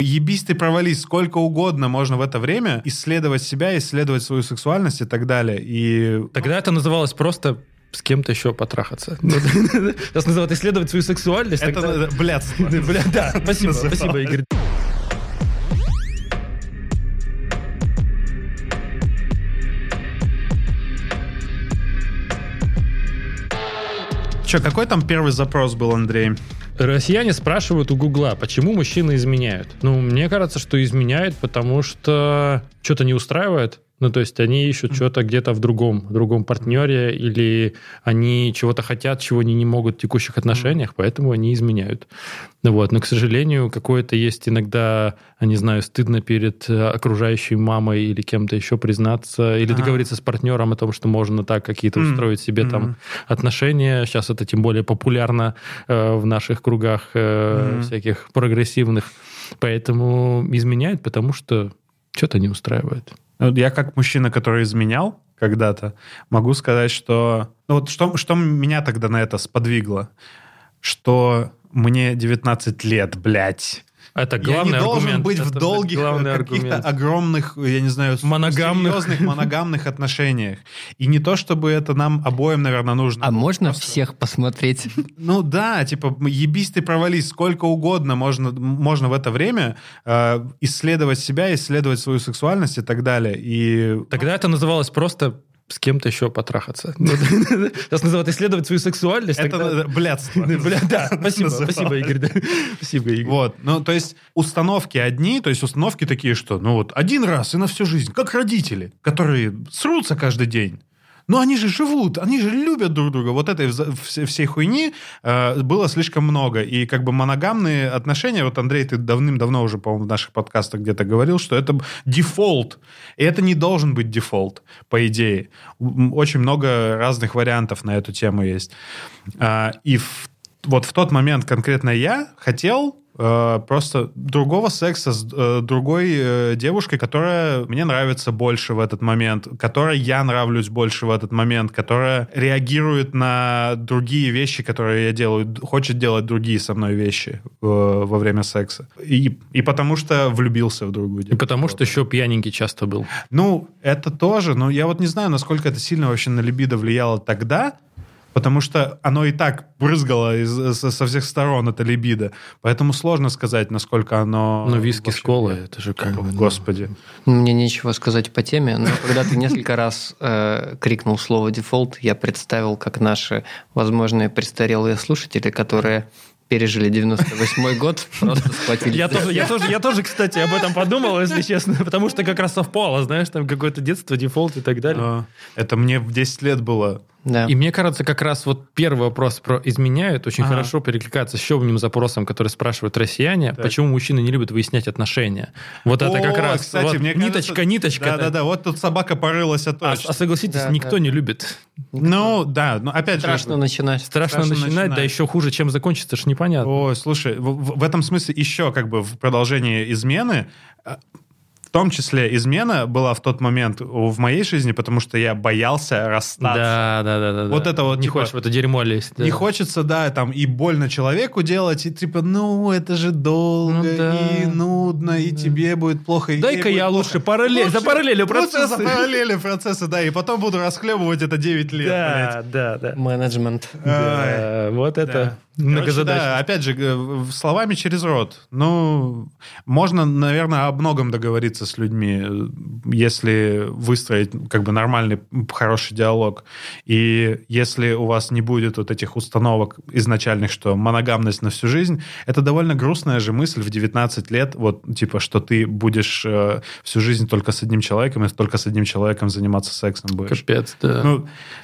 Ебись ты провались, сколько угодно можно в это время исследовать себя, исследовать свою сексуальность и так далее. И тогда это называлось просто с кем-то еще потрахаться. Сейчас называют исследовать свою сексуальность. Это блядство. Да, спасибо, Игорь. Че, какой там первый запрос был, Андрей? Россияне спрашивают у Гугла, почему мужчины изменяют. Мне кажется, что изменяют, потому что что-то не устраивает. То есть они ищут что-то где-то в другом партнере, или они чего-то хотят, чего они не могут в текущих отношениях, поэтому они изменяют. Но, к сожалению, какое-то есть иногда, не знаю, стыдно перед окружающей мамой или кем-то еще признаться, или договориться с партнером о том, что можно так какие-то устроить себе там отношения. Сейчас это тем более популярно в наших кругах всяких прогрессивных. Поэтому изменяют, потому что что-то не устраивает. Я как мужчина, который изменял когда-то, могу сказать, что... что меня тогда на это сподвигло? Что мне 19 лет, блядь. Это главный аргумент. Я не должен быть в долгих, каких-то огромных, я не знаю, серьезных моногамных отношениях. И не то, чтобы это нам обоим, наверное, нужно. А можно всех посмотреть? Ебись ты провались, сколько угодно можно в это время исследовать себя, исследовать свою сексуальность и так далее. И тогда это называлось просто с кем-то еще потрахаться. Сейчас называют исследовать свою сексуальность. Это блядство. Да, спасибо, Игорь. Спасибо, Игорь. То есть установки одни, то есть установки такие, что один раз и на всю жизнь, как родители, которые срутся каждый день. Но они же живут, они же любят друг друга. Вот этой всей хуйни было слишком много. И моногамные отношения, Андрей, ты давным-давно уже, по-моему, в наших подкастах где-то говорил, что это дефолт. И это не должен быть дефолт, по идее. Очень много разных вариантов на эту тему есть. И в тот момент конкретно я хотел просто другого секса с другой девушкой, которая мне нравится больше в этот момент, которой я нравлюсь больше в этот момент, которая реагирует на другие вещи, которые я делаю, хочет делать другие со мной вещи во время секса. И потому что влюбился в другую девушку. И потому что еще пьяненький часто был. Это тоже. Но я не знаю, насколько это сильно вообще на либидо влияло тогда, потому что оно и так брызгало со всех сторон, это либидо. Поэтому сложно сказать, насколько оно... Виски с колой, это же Господи. Мне нечего сказать по теме, но когда ты несколько раз крикнул слово «дефолт», я представил, как наши возможные престарелые слушатели, которые пережили 98-й год, просто схватили. Я тоже, кстати, об этом подумал, если честно, потому что как раз совпало, знаешь, там какое-то детство, дефолт и так далее. Это мне в 10 лет было. Да. И мне кажется, как раз первый вопрос про изменяют очень хорошо перекликается с еще одним запросом, который спрашивают россияне, почему мужчины не любят выяснять отношения. Это как раз кстати, ниточка. Да, вот тут собака порылась. А согласитесь, никто не любит. Опять страшно начинать. Страшно начинать, да еще хуже, чем закончится, ж непонятно. Ой, слушай, в этом смысле еще в продолжении измены... В том числе измена была в тот момент в моей жизни, потому что я боялся расстаться. Да. Это не хочешь в это дерьмо лезть. Не хочется, и больно человеку делать, и это же долго, и нудно, и тебе будет плохо. Дай-ка я лучше за параллелью процесса. За параллелью процесса, да, и потом буду расхлебывать это 9 лет. Да. Менеджмент. Вот это... Да, опять же, словами через рот. Можно, наверное, о многом договориться с людьми, если выстроить нормальный, хороший диалог. И если у вас не будет этих установок изначальных, что моногамность на всю жизнь, это довольно грустная же мысль в 19 лет, что ты будешь всю жизнь только с одним человеком, и только с одним человеком заниматься сексом будешь. Капец, да.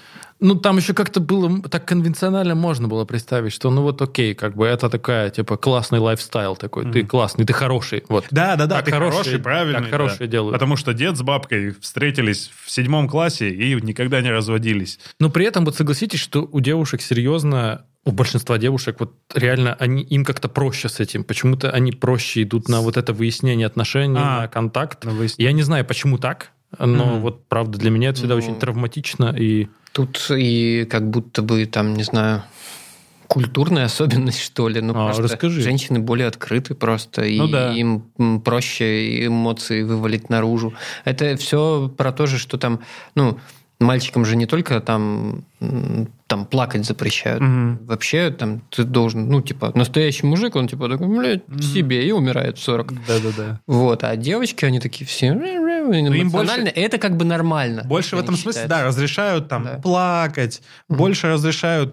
Там еще как-то было, так конвенционально можно было представить, что окей, это такая, классный лайфстайл такой, ты классный, ты хороший. Да, ты хороший, правильный. Так хорошие делают. Потому что дед с бабкой встретились в 7 классе и никогда не разводились. Но при этом согласитесь, что у девушек серьезно, у большинства девушек реально им как-то проще с этим. Почему-то они проще идут на это выяснение отношений, на контакт. Я не знаю, почему так, но правда для меня это всегда очень травматично и... Тут и как будто бы, не знаю, Культурная особенность, что ли? Просто расскажи. женщины более открыты просто, и им проще эмоции вывалить наружу. Это все про то же, что там, мальчикам же не только там плакать запрещают. Вообще, там, ты должен, настоящий мужик, он такой, в себе и умирает в 40. Да-да-да. Вот, а девочки, они такие все эмоциональные, это как бы нормально. Больше в этом смысле, разрешают там плакать, больше разрешают,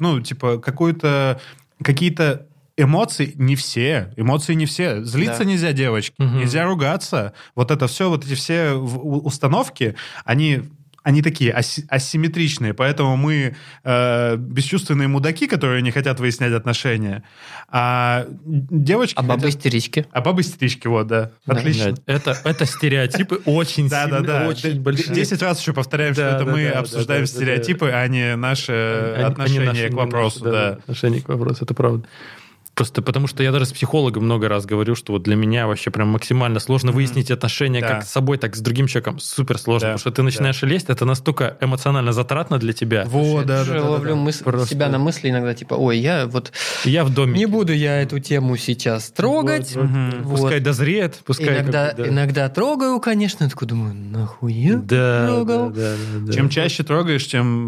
какие-то эмоции не все. Злиться нельзя, девочки, нельзя ругаться. Вот это все, вот эти все установки, они такие асимметричные, поэтому мы бесчувственные мудаки, которые не хотят выяснять отношения, а девочки... А бабы-истерички. Вот, да. Отлично. Это стереотипы очень сильные, очень большие. 10 раз еще повторяем, что это мы обсуждаем стереотипы, а не наши отношения к вопросу. Отношения к вопросу, это правда. Просто потому что я даже с психологом много раз говорю, что вот для меня вообще прям максимально сложно выяснить отношения как с собой, так и с другим человеком. Супер сложно, потому что ты начинаешь лезть, это настолько эмоционально затратно для тебя. Вот, я ловлю себя на мысли иногда, я в доме. Не буду я эту тему сейчас трогать. Пускай дозреет, пускай... Иногда трогаю, конечно, такой думаю, нахуя трогал? Чем чаще трогаешь, тем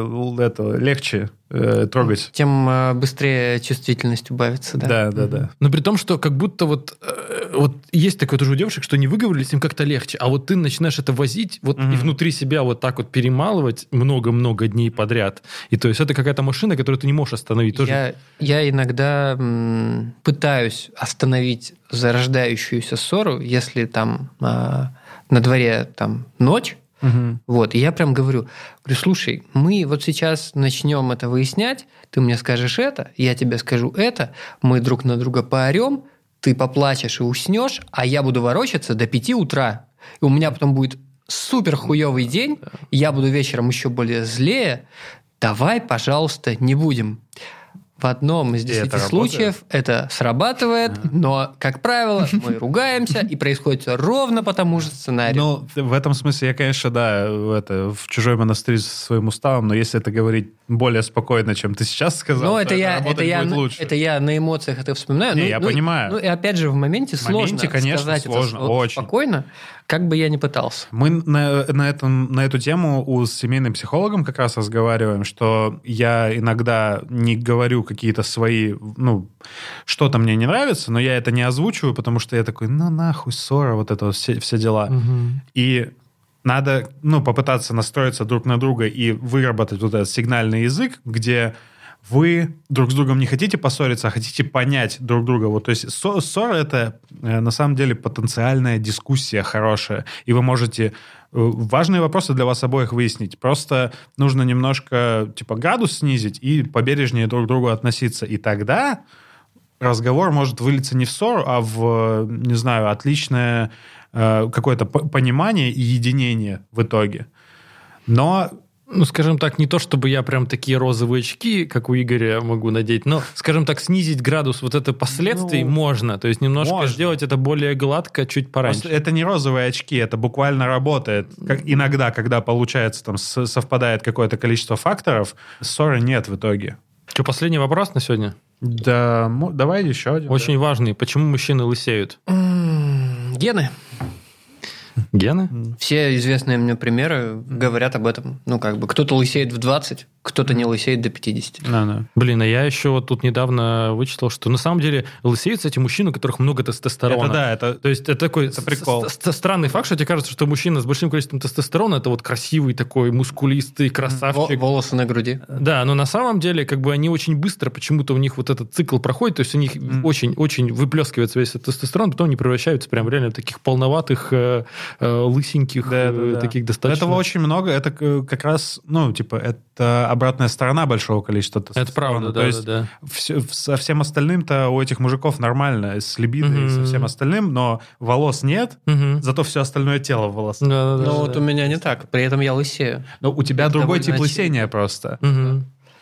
легче трогать. Тем быстрее чувствительность убавится. Да. Но при том, что как будто вот есть такое тоже у девушек, что не выговорились, им как-то легче, а вот ты начинаешь это возить и внутри себя вот так вот перемалывать много-много дней подряд. И то есть это какая-то машина, которую ты не можешь остановить. Тоже. Я иногда пытаюсь остановить зарождающуюся ссору, если там на дворе там ночь. Вот, и я прям говорю, слушай, мы вот сейчас начнем это выяснять, ты мне скажешь это, я тебе скажу это, мы друг на друга поорем, ты поплачешь и уснешь, а я буду ворочаться до 5 утра. И у меня потом будет супер хуёвый день, я буду вечером еще более злее. Давай, пожалуйста, не будем. В одном из 10 случаев это срабатывает, но, как правило, мы ругаемся, и происходит все ровно по тому же сценарию. В этом смысле я, конечно, в чужой монастырь со своим уставом, но если это говорить более спокойно, чем ты сейчас сказал, это будет лучше. Это я на эмоциях это вспоминаю. Я понимаю. И опять же, в моменте сложно сказать сложно, это очень спокойно, как бы я ни пытался. Мы на эту тему с семейным психологом как раз разговариваем, что я иногда не говорю какие-то свои, что-то мне не нравится, но я это не озвучиваю, потому что я такой, нахуй ссора, вот это все дела. И надо, попытаться настроиться друг на друга и выработать вот этот сигнальный язык, где вы друг с другом не хотите поссориться, а хотите понять друг друга. Вот, то есть ссора — это на самом деле потенциальная дискуссия хорошая, и вы можете важные вопросы для вас обоих выяснить. Просто нужно немножко градус снизить и побережнее друг к другу относиться. И тогда разговор может вылиться не в ссору, а в, не знаю, отличное какое-то понимание и единение в итоге. Но... скажем так, не то, чтобы я прям такие розовые очки, как у Игоря, могу надеть, но, скажем так, снизить градус вот это последствий можно. То есть немножко сделать это более гладко, чуть пораньше. Это не розовые очки, это буквально работает. Как иногда, когда получается, там совпадает какое-то количество факторов, ссоры нет в итоге. Что, последний вопрос на сегодня? Да, давай еще один. Очень важный. Почему мужчины лысеют? Гены. Гены? Все известные мне примеры говорят об этом. Кто-то лысеет в 20, кто-то не лысеет до 50. Блин, а я еще вот тут недавно вычитал, что на самом деле лысеют эти мужчины, у которых много тестостерона. То есть это такой прикол. Странный факт, что тебе кажется, что мужчина с большим количеством тестостерона это вот красивый такой, мускулистый, красавчик. Волосы на груди. Да, но на самом деле они очень быстро, почему-то у них вот этот цикл проходит, то есть у них очень-очень выплескивается весь этот тестостерон, потом они превращаются прям реально в таких полноватых, лысеньких, таких достаточно... Этого очень много, это как раз, это обратная сторона большого количества тестостерона. Это правда, то есть со всем остальным-то у этих мужиков нормально, с либидо и со всем остальным, но волос нет, зато все остальное тело в волосах. Вот у меня не так, при этом я лысею. Но у тебя другой тип лысения просто.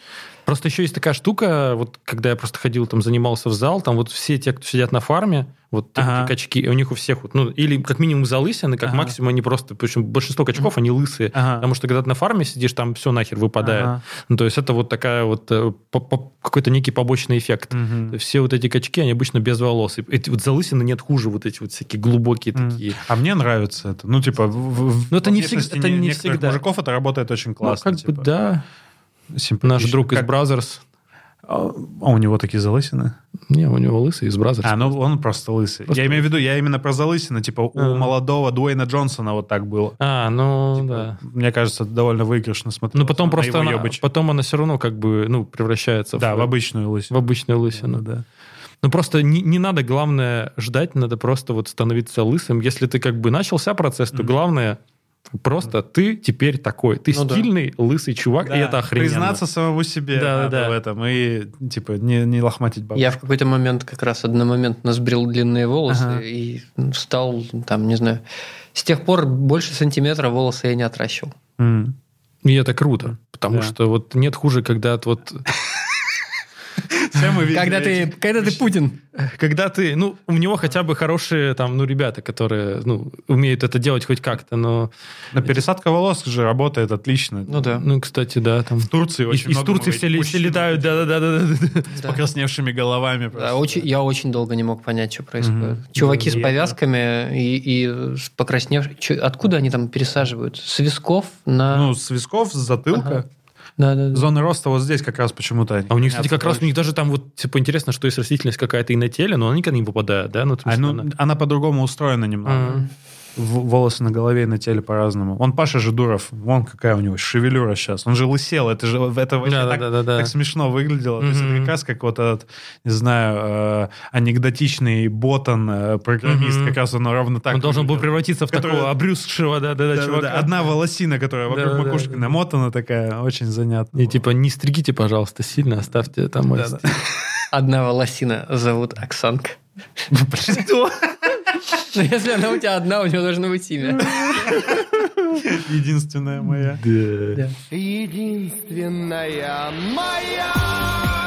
Просто еще есть такая штука, вот когда я просто ходил, там, занимался в зал, там вот все те, кто сидят на фарме, вот такие качки, у них у всех, вот, ну, или как минимум залысины, как максимум они просто, причем большинство качков, они лысые, потому что когда ты на фарме сидишь, там все нахер выпадает. Ну, то есть это вот такая вот какой-то некий побочный эффект. Все вот эти качки, они обычно без волос. И эти вот залысины нет хуже, вот эти вот всякие глубокие такие. А мне нравится это. Ну, типа, но это не всегда. Мужиков это работает очень классно. Ну, как бы, да. Наш друг из Brothers. А у него такие залысины? Не, у него лысый из Brothers. Ну он просто лысый. Я имею в виду, я именно про залысины. Типа у молодого Дуэйна Джонсона вот так было. Ну типа, да. Мне кажется, довольно выигрышно смотрелось. Но потом просто потом она все равно как бы, ну, превращается в обычную лысину. В обычную лысину. Да. Ну, просто не надо, главное, ждать, надо просто вот становиться лысым. Если ты как бы начался процесс, то главное... Просто ты теперь такой. Ты стильный, лысый чувак, и это охрененно. Признаться самому себе в этом и, типа, не лохматить бабушку. Я в какой-то момент как раз одномоментно сбрил длинные волосы и стал, там, не знаю... С тех пор больше сантиметра волосы я не отращивал. И это круто, потому что вот нет хуже, когда вот... Когда ты Путин. Когда ты, ну, у него хотя бы хорошие там, ну, ребята, которые, ну, умеют это делать хоть как-то, но... Но пересадка волос же работает отлично. Ну да. Ну, кстати, да. Там... В Турции очень много... Из Турции все летают, да. С покрасневшими головами. Да, я очень долго не мог понять, что происходит. Чуваки с повязками и с покрасневшими... Откуда они там пересаживают? С висков на... Ну, с висков, с затылка. Да. Зоны роста вот здесь как раз почему-то... А у них, кстати, как раз у них даже там вот, типа, интересно, что есть растительность какая-то и на теле, но она никогда не попадает, да? Ну, она по-другому устроена немного. Волосы на голове и на теле по-разному. Вон Паша Жидуров, вон какая у него шевелюра сейчас. Он же лысел, это так смешно выглядело. То есть это как раз как вот этот, не знаю, анекдотичный ботан, программист, как раз он ровно так. Он должен был превратиться в такого обрюзгшего, чувака. Одна волосина, которая вокруг макушки намотана такая, очень занятно. И типа не стригите, пожалуйста, сильно, оставьте там мой стиль. Одна волосина зовут Оксанка. Что? Но если она у тебя одна, у нее должно быть имя. Единственная моя. Да. Единственная моя.